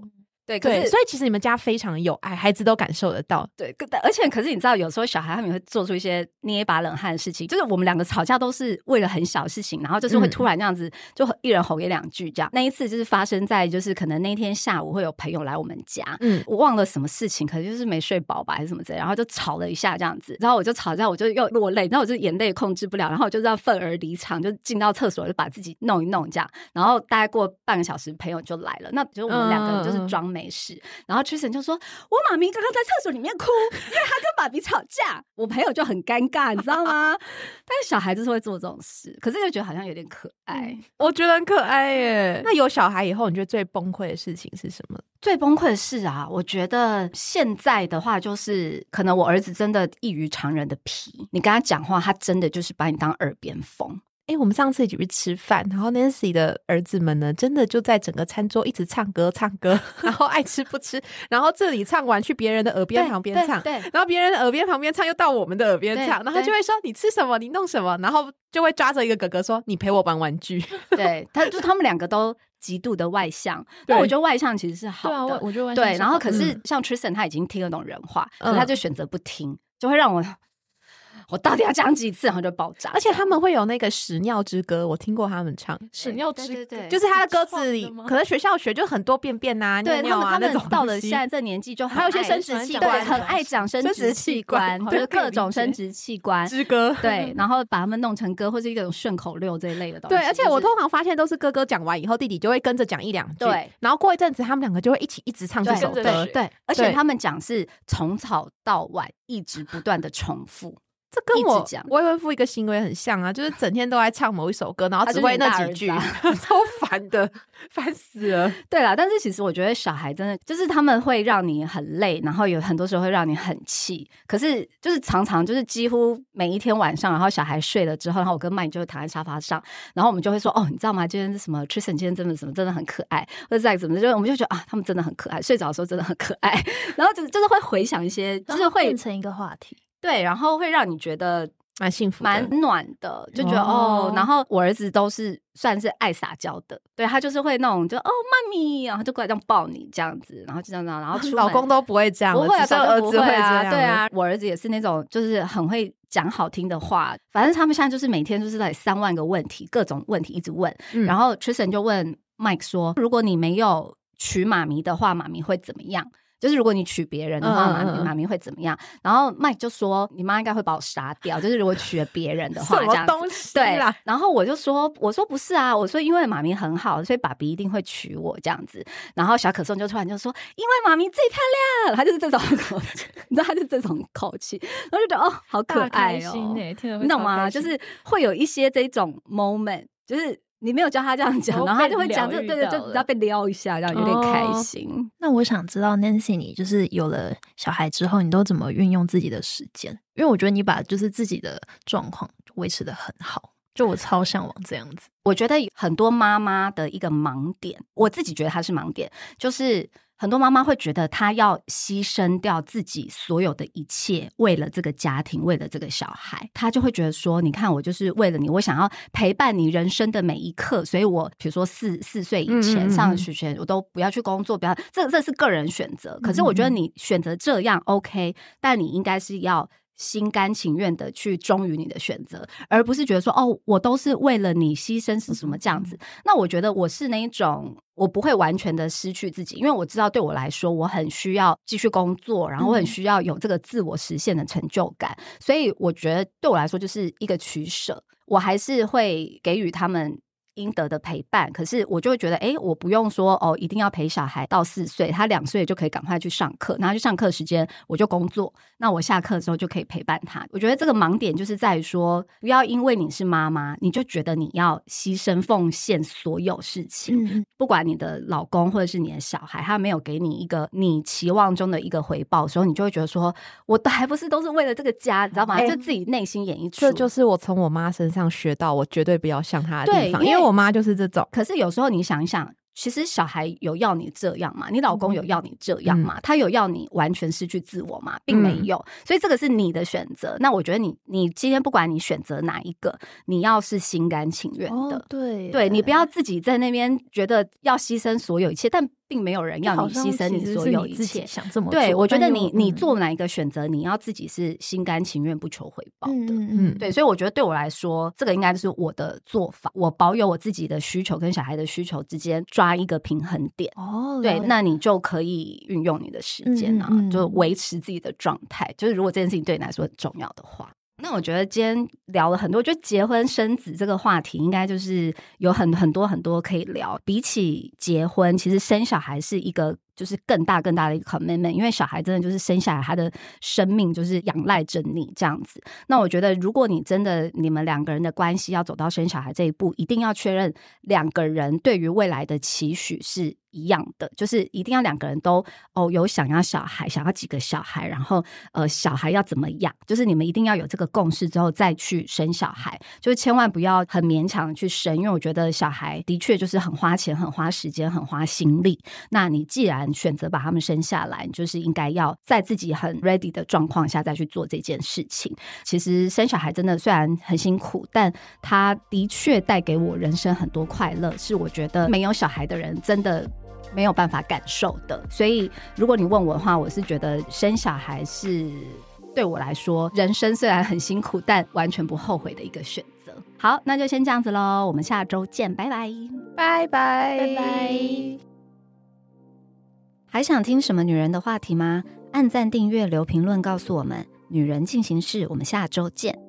对， 所以其实你们家非常有爱，孩子都感受得到。 对，而且可是你知道，有时候小孩他们会做出一些捏一把冷汗的事情，就是我们两个吵架都是为了很小的事情，然后就是会突然这样子，就一人吼给2句这样。那一次就是发生在就是可能那天下午会有朋友来我们家，我忘了什么事情，可能就是没睡饱吧还是什么之类，然后就吵了一下这样子，然后我就吵架，我就又落泪，然后我就眼泪控制不了，然后我就这样愤而离场，就进到厕所就把自己弄一弄这样，然后大概过半个小时朋友就来了，那就是我们两个人就是装没事，然后 Tristan 就说我妈咪刚刚在厕所里面哭，因为她跟爸比吵架，我朋友就很尴尬你知道吗？但是小孩就是会做这种事，可是就觉得好像有点可爱， 我觉得很可爱耶。那有小孩以后你觉得最崩溃的事情是什么？ 最崩溃的事啊，我觉得现在的话就是可能我儿子真的异于常人的皮，你跟他讲话他真的就是把你当耳边风。 我们上次一起去吃饭，然后 Nancy 的儿子们呢，真的就在整个餐桌一直唱歌，然后爱吃不吃，然后这里唱完去别人的耳边旁边唱，对，然后别人的耳边旁边唱又到我们的耳边唱，然后就会说你吃什么，你弄什么，然后就会抓着一个哥哥说你陪我玩玩具。 对，他们两个都极度的外向，但我觉得外向其实是好的， 对啊，我觉得外向对，然后可是像 Tristan 他已经听得懂人话，可是他就选择不听，就会让我到底要讲几次，然后就爆炸。 而且他们会有那个屎尿之歌，我听过他们唱屎尿之歌， 就是他的歌词里，可能学校学就很多便便啊、尿尿啊那种。 到了现在这年纪就还有一些生殖器官， 很爱讲生殖器官，就是各种生殖器官之歌。 对，然后把他们弄成歌，或是一种顺口溜这一类的东西。 对，而且我通常发现都是哥哥讲完以后，弟弟就会跟着讲1-2句。 对， 然后过一阵子，他们两个就会一直唱这首歌。 对，而且他们讲是从早到晚一直不断的重复。 这跟我未婚夫一个行为很像啊，就是整天都在唱某一首歌，然后只会那几句，超烦的，烦死了。 对啦，但是其实我觉得小孩真的就是他们会让你很累，然后有很多时候会让你很气，可是就是常常就是几乎每一天晚上，然后小孩睡了之后，然后我跟麦就会躺在沙发上，然后我们就会说你知道吗？今天是什么 Tristan 今天真的什么真的很可爱，或者再怎么就我们就觉得他们真的很可爱，睡着的时候真的很可爱，然后就是会回想一些，就是会变成一个话题。 对，然后会让你觉得蛮幸福的、 蛮暖的，就觉得然后我儿子都是算是爱撒娇的，对，他就是会那种就妈咪，然后就过来这样抱你这样子，然后就这样，然后老公都不会这样， 不会啊， 只有儿子会这样。 对啊，我儿子也是那种就是很会讲好听的话，反正他们现在就是每天就是在3万个问题，各种问题一直问，然后 Tristan 就问 Mike 说，如果你没有娶妈咪的话，妈咪会怎么样？就是如果你娶别人的话，妈咪会怎么样？然后 Mike 就说你妈应该会把我杀掉，就是如果娶了别人的话， 什么东西对啦。然后我说不是啊，我说因为妈咪很好，所以爸比一定会娶我这样子。然后小可颂就突然就说，因为妈咪最漂亮，他就是这种口气，你知道他就是这种口气，然后就觉得好可爱你懂吗？就是会有一些这种 moment， 就是你没有教他这样讲，然后他就会讲这对，就只要被撩一下，这样有点开心。 那我想知道 Nancy 你就是有了小孩之后，你都怎么运用自己的时间？因为我觉得你把就是自己的状况维持得很好，就我超向往这样子。 我觉得很多妈妈的一个盲点，我自己觉得它是盲点，就是很多妈妈会觉得她要牺牲掉自己所有的一切，为了这个家庭，为了这个小孩，她就会觉得说，你看我就是为了你，我想要陪伴你人生的每一刻，所以我比如说4岁以前上学前我都不要去工作，不要这是个人选择。可是我觉得你选择这样 OK， 但你应该是要心甘情愿的去忠于你的选择，而不是觉得说我都是为了你牺牲是什么这样子。那我觉得我是那一种，我不会完全的失去自己，因为我知道对我来说我很需要继续工作，然后我很需要有这个自我实现的成就感，所以我觉得对我来说就是一个取舍，我还是会给予他们应得的陪伴，可是我就会觉得我不用说一定要陪小孩到4岁，他2岁就可以赶快去上课，然后去上课时间我就工作，那我下课之后就可以陪伴他。我觉得这个盲点就是在于说，不要因为你是妈妈你就觉得你要牺牲奉献所有事情，不管你的老公或者是你的小孩他没有给你一个你期望中的一个回报的时候，你就会觉得说我还不是都是为了这个家，你知道吗？就自己内心演一出。 这就是我从我妈身上学到我绝对不要像她的地方，因为我妈就是这种。 可是有时候你想一想，其实小孩有要你这样吗？你老公有要你这样吗？他有要你完全失去自我吗？并没有。所以这个是你的选择。那我觉得你今天不管你选择哪一个，你要是心甘情愿的。 对， 对，你不要自己在那边觉得要牺牲所有一切，但并没有人要你牺牲你所有一切。 想这么做， 对，我觉得你做哪一个选择，你要自己是心甘情愿不求回报的。对，所以我觉得对我来说，这个应该就是我的做法，我保有我自己的需求跟小孩的需求之间抓一个平衡点。对，那你就可以运用你的时间啊，就维持自己的状态，就是如果这件事情对你来说很重要的话。那我觉得今天聊了很多，就结婚生子这个话题应该就是有很多可以聊。比起结婚，其实生小孩是一个就是更大的一个 commitment， 因为小孩真的就是生下来他的生命就是仰赖着你这样子。那我觉得如果你真的你们两个人的关系要走到生小孩这一步，一定要确认两个人对于未来的期许是一样的，就是一定要两个人都有想要小孩，想要几个小孩，然后小孩要怎么养，就是你们一定要有这个共识之后再去生小孩，就是千万不要很勉强的去生，因为我觉得小孩的确就是很花钱很花时间很花心力，那你既然选择把他们生下来，你就是应该要在自己很 ready 的状况下再去做这件事情。其实生小孩真的虽然很辛苦，但他的确带给我人生很多快乐，是我觉得没有小孩的人真的没有办法感受的。所以如果你问我的话，我是觉得生小孩是对我来说人生虽然很辛苦但完全不后悔的一个选择。好，那就先这样子咯，我们下周见，拜拜拜拜拜拜。还想听什么女人的话题吗？按赞订阅留评论告诉我们。女人进行式，我们下周见。